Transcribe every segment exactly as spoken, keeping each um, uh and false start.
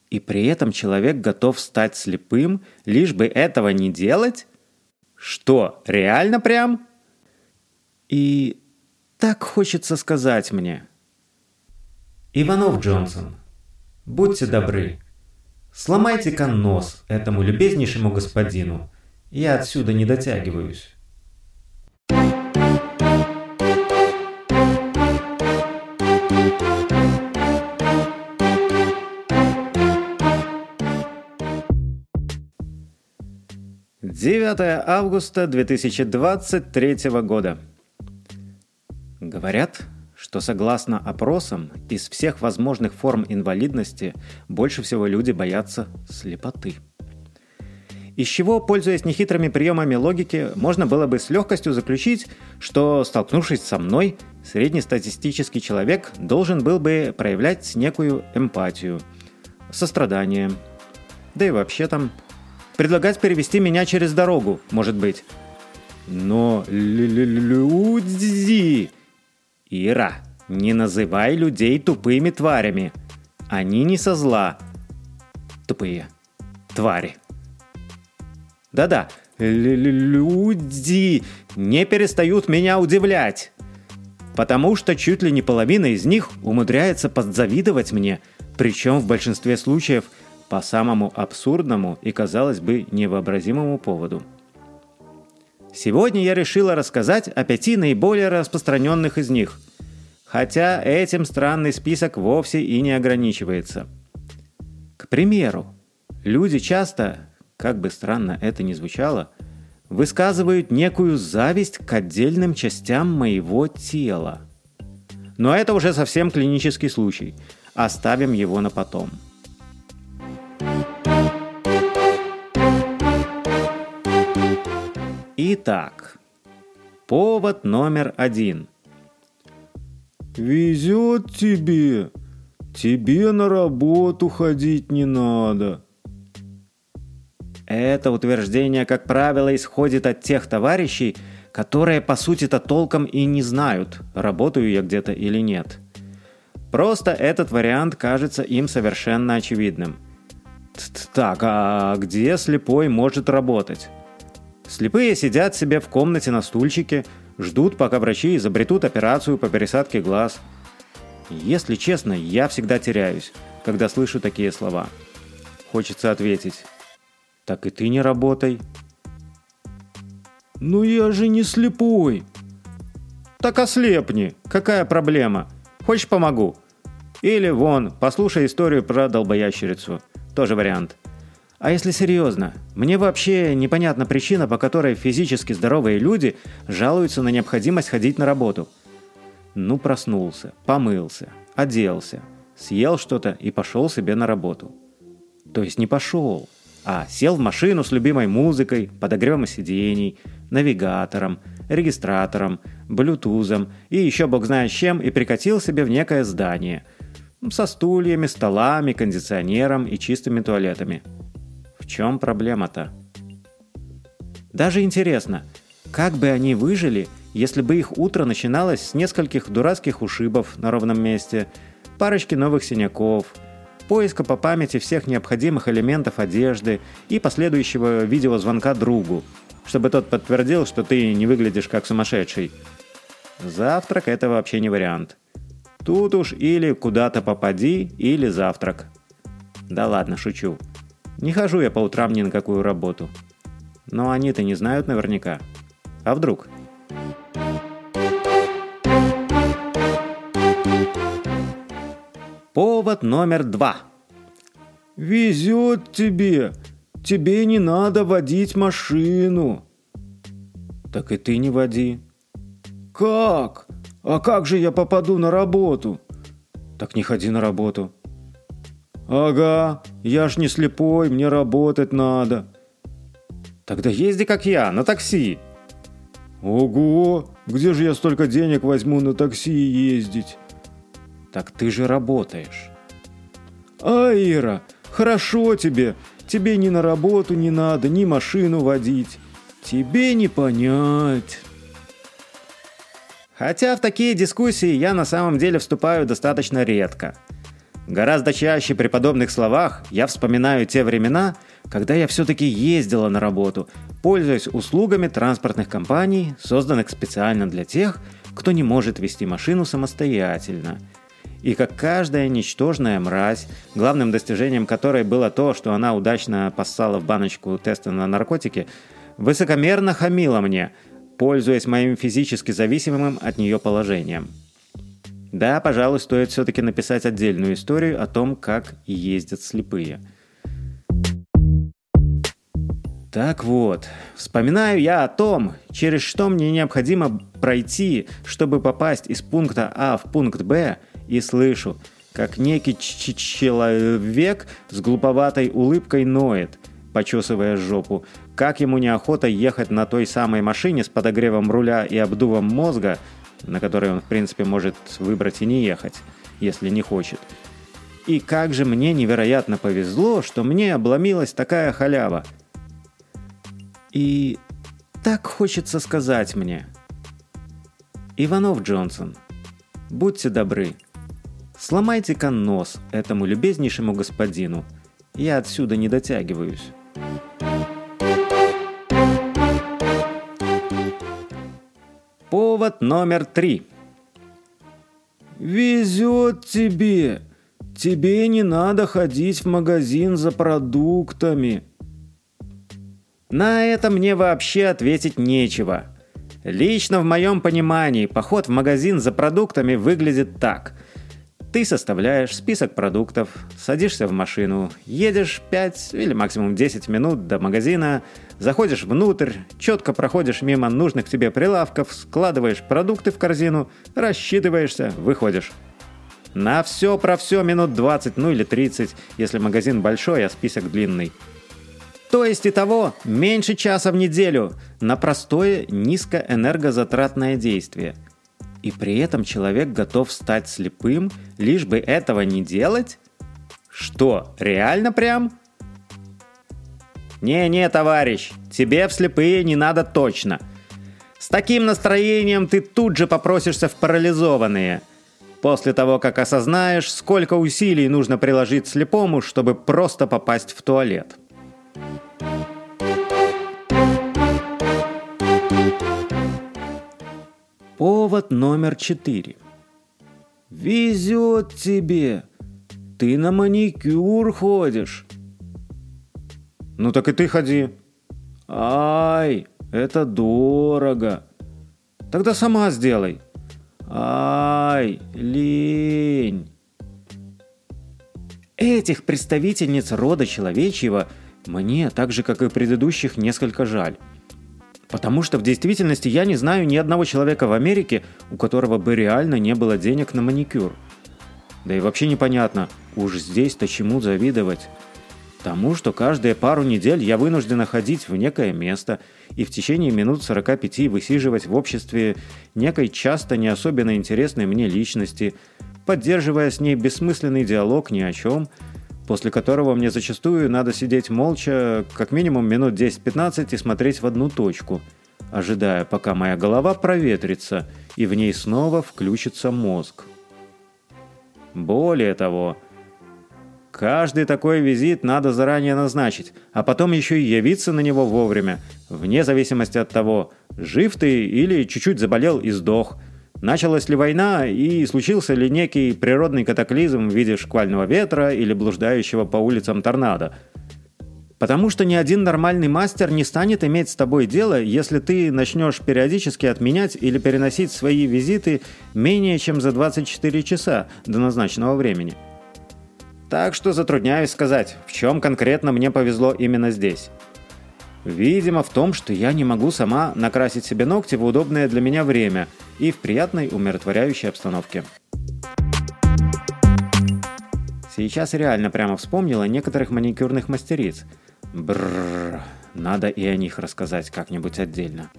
И при этом человек готов стать слепым, лишь бы этого не делать? Что, реально прям? И так хочется сказать мне. Иванов Джонсон, будьте добры, сломайте-ка нос этому любезнейшему господину. Я отсюда не дотягиваюсь. девятое августа две тысячи двадцать третьего года. Говорят, что согласно опросам, из всех возможных форм инвалидности больше всего люди боятся слепоты. Из чего, пользуясь нехитрыми приемами логики, можно было бы с легкостью заключить, что, столкнувшись со мной, среднестатистический человек должен был бы проявлять некую эмпатию, сострадание, да и вообще там предлагать перевести меня через дорогу, может быть. Но люди... Ира, не называй людей тупыми тварями. Они не со зла. Тупые твари. Да-да, люди не перестают меня удивлять. Потому что чуть ли не половина из них умудряется подзавидовать мне, причем в большинстве случаев по самому абсурдному и, казалось бы, невообразимому поводу. Сегодня я решила рассказать о пяти наиболее распространенных из них, хотя этим странный список вовсе и не ограничивается. К примеру, люди часто, как бы странно это ни звучало, высказывают некую зависть к отдельным частям моего тела. Но это уже совсем клинический случай, оставим его на потом. Итак, повод номер один. Везет тебе. Тебе на работу ходить не надо. Это утверждение, как правило, исходит от тех товарищей, которые, по сути-то, толком и не знают, работаю я где-то или нет. Просто этот вариант кажется им совершенно очевидным. Так, а где слепой может работать? Слепые сидят себе в комнате на стульчике, ждут, пока врачи изобретут операцию по пересадке глаз. Если честно, я всегда теряюсь, когда слышу такие слова. Хочется ответить: так и ты не работай. Ну я же не слепой. Так ослепни, какая проблема? Хочешь, помогу? Или вон, послушай историю про долбоящерицу. Тоже вариант. А если серьезно, мне вообще непонятна причина, по которой физически здоровые люди жалуются на необходимость ходить на работу. Ну, проснулся, помылся, оделся, съел что-то и пошел себе на работу. То есть не пошел, а сел в машину с любимой музыкой, подогревом сидений, навигатором, регистратором, блютузом и еще бог знает чем и прикатил себе в некое здание со стульями, столами, кондиционером и чистыми туалетами. В чем проблема-то? Даже интересно, как бы они выжили, если бы их утро начиналось с нескольких дурацких ушибов на ровном месте, парочки новых синяков, поиска по памяти всех необходимых элементов одежды и последующего видеозвонка другу, чтобы тот подтвердил, что ты не выглядишь как сумасшедший. Завтрак – это вообще не вариант. Тут уж или куда-то попади, или завтрак. Да ладно, шучу. Не хожу я по утрам ни на какую работу. Но они-то не знают наверняка. А вдруг? Повод номер два. Везет тебе. Тебе не надо водить машину. Так и ты не води. Как? А как же я попаду на работу? Так не ходи на работу. Ага, я ж не слепой, мне работать надо. Тогда езди как я, на такси. Ого, где же я столько денег возьму на такси ездить? Так ты же работаешь. А, Ира, хорошо тебе. Тебе ни на работу не надо, ни машину водить. Тебе не понять. Хотя в такие дискуссии я на самом деле вступаю достаточно редко. Гораздо чаще при подобных словах я вспоминаю те времена, когда я все-таки ездила на работу, пользуясь услугами транспортных компаний, созданных специально для тех, кто не может вести машину самостоятельно. И как каждая ничтожная мразь, главным достижением которой было то, что она удачно поссала в баночку теста на наркотики, высокомерно хамила мне, пользуясь моим физически зависимым от нее положением. Да, пожалуй, стоит все-таки написать отдельную историю о том, как ездят слепые. Так вот, вспоминаю я о том, через что мне необходимо пройти, чтобы попасть из пункта А в пункт Б, и слышу, как некий человек с глуповатой улыбкой ноет, почесывая жопу, как ему неохота ехать на той самой машине с подогревом руля и обдувом мозга, на который он, в принципе, может выбрать и не ехать, если не хочет. И как же мне невероятно повезло, что мне обломилась такая халява. И так хочется сказать мне: Иванов Джонсон, будьте добры, сломайте-ка нос этому любезнейшему господину, я отсюда не дотягиваюсь. Повод номер три. Везет тебе. Тебе не надо ходить в магазин за продуктами. На это мне вообще ответить нечего. Лично в моем понимании поход в магазин за продуктами выглядит так. Ты составляешь список продуктов, садишься в машину, едешь пять или максимум десять минут до магазина, заходишь внутрь, четко проходишь мимо нужных тебе прилавков, складываешь продукты в корзину, рассчитываешься, выходишь. На все про все минут двадцать, ну или тридцать, если магазин большой, а список длинный. То есть итого меньше часа в неделю на простое низкоэнергозатратное действие. И при этом человек готов стать слепым, лишь бы этого не делать? Что, реально прям? Не-не, товарищ, тебе в слепые не надо точно. С таким настроением ты тут же попросишься в парализованные. После того, как осознаешь, сколько усилий нужно приложить слепому, чтобы просто попасть в туалет. Повод номер четыре. Везет тебе. Ты на маникюр ходишь. Ну так и ты ходи. Ай, это дорого. Тогда сама сделай. Ай, лень. Этих представительниц рода человечьего мне, так же как и предыдущих, несколько жаль. Потому что в действительности я не знаю ни одного человека в Америке, у которого бы реально не было денег на маникюр. Да и вообще непонятно, уж здесь-то чему завидовать. Тому, что каждые пару недель я вынуждена ходить в некое место и в течение минут сорока пяти высиживать в обществе некой часто не особенно интересной мне личности, поддерживая с ней бессмысленный диалог ни о чем, после которого мне зачастую надо сидеть молча как минимум минут десять-пятнадцать и смотреть в одну точку, ожидая, пока моя голова проветрится и в ней снова включится мозг. Более того, каждый такой визит надо заранее назначить, а потом еще и явиться на него вовремя, вне зависимости от того, жив ты или чуть-чуть заболел и сдох, началась ли война и случился ли некий природный катаклизм в виде шквального ветра или блуждающего по улицам торнадо. Потому что ни один нормальный мастер не станет иметь с тобой дело, если ты начнешь периодически отменять или переносить свои визиты менее чем за двадцать четыре часа до назначенного времени. Так что затрудняюсь сказать, в чем конкретно мне повезло именно здесь. Видимо, в том, что я не могу сама накрасить себе ногти в удобное для меня время и в приятной умиротворяющей обстановке. Сейчас реально прямо вспомнила некоторых маникюрных мастериц. Бррр, надо и о них рассказать как-нибудь отдельно.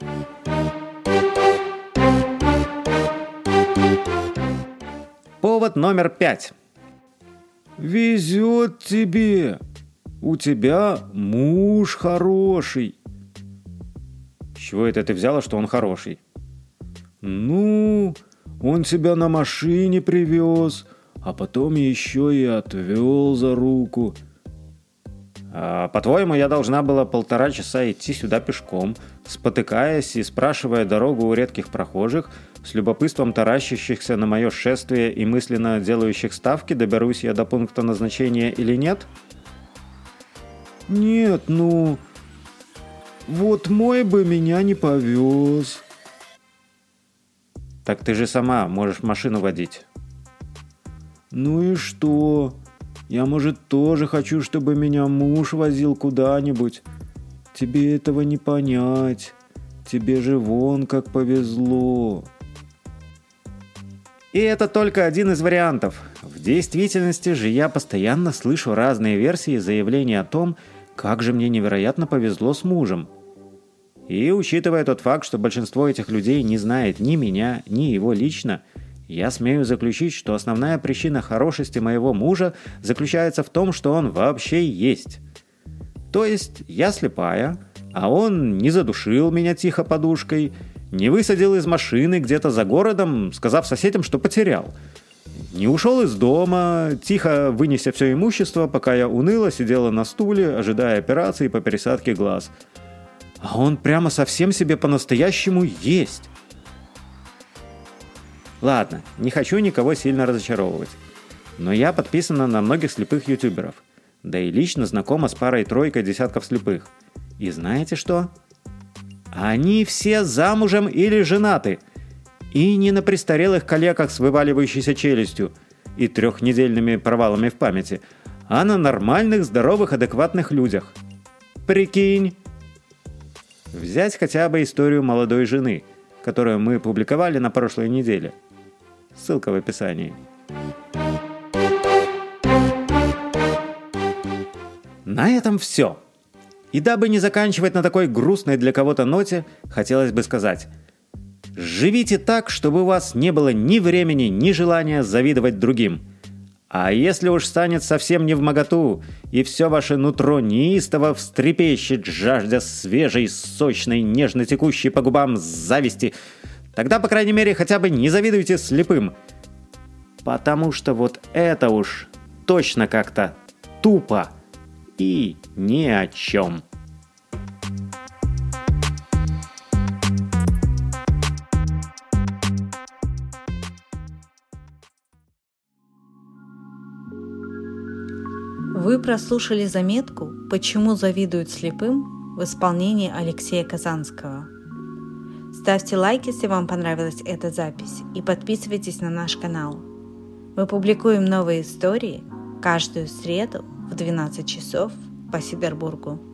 Повод номер пять. Везет тебе. У тебя муж хороший. С чего это ты взяла, что он хороший? Ну, он тебя на машине привез, а потом еще и отвел за руку. А, по-твоему, я должна была полтора часа идти сюда пешком, спотыкаясь и спрашивая дорогу у редких прохожих, с любопытством таращащихся на мое шествие и мысленно делающих ставки, доберусь я до пункта назначения или нет? Нет, ну... Вот мой бы меня не повез. Так ты же сама можешь машину водить. Ну и что? Я, может, тоже хочу, чтобы меня муж возил куда-нибудь. Тебе этого не понять. Тебе же вон как повезло. И это только один из вариантов. В действительности же я постоянно слышу разные версии заявлений о том, как же мне невероятно повезло с мужем. И учитывая тот факт, что большинство этих людей не знает ни меня, ни его лично, я смею заключить, что основная причина хорошести моего мужа заключается в том, что он вообще есть. То есть я слепая, а он не задушил меня тихо подушкой, не высадил из машины где-то за городом, сказав соседям, что потерял. Не ушел из дома, тихо вынеся все имущество, пока я уныло сидела на стуле, ожидая операции по пересадке глаз. А он прямо совсем себе по-настоящему есть. Ладно, не хочу никого сильно разочаровывать. Но я подписана на многих слепых ютуберов. Да и лично знакома с парой-тройкой десятков слепых. И знаете что? Они все замужем или женаты. И не на престарелых калеках с вываливающейся челюстью и трехнедельными провалами в памяти, а на нормальных, здоровых, адекватных людях. Прикинь! Взять хотя бы историю молодой жены, которую мы публиковали на прошлой неделе. Ссылка в описании. На этом все. И дабы не заканчивать на такой грустной для кого-то ноте, хотелось бы сказать: живите так, чтобы у вас не было ни времени, ни желания завидовать другим. А если уж станет совсем невмоготу, и все ваше нутро неистово встрепещет, жаждя свежей, сочной, нежно текущей по губам зависти, тогда, по крайней мере, хотя бы не завидуйте слепым. Потому что вот это уж точно как-то тупо и ни о чем. Вы прослушали заметку «Почему завидуют слепым» в исполнении Алексея Казанского. Ставьте лайк, если вам понравилась эта запись, и подписывайтесь на наш канал. Мы публикуем новые истории каждую среду в двенадцать часов по Сидербургу.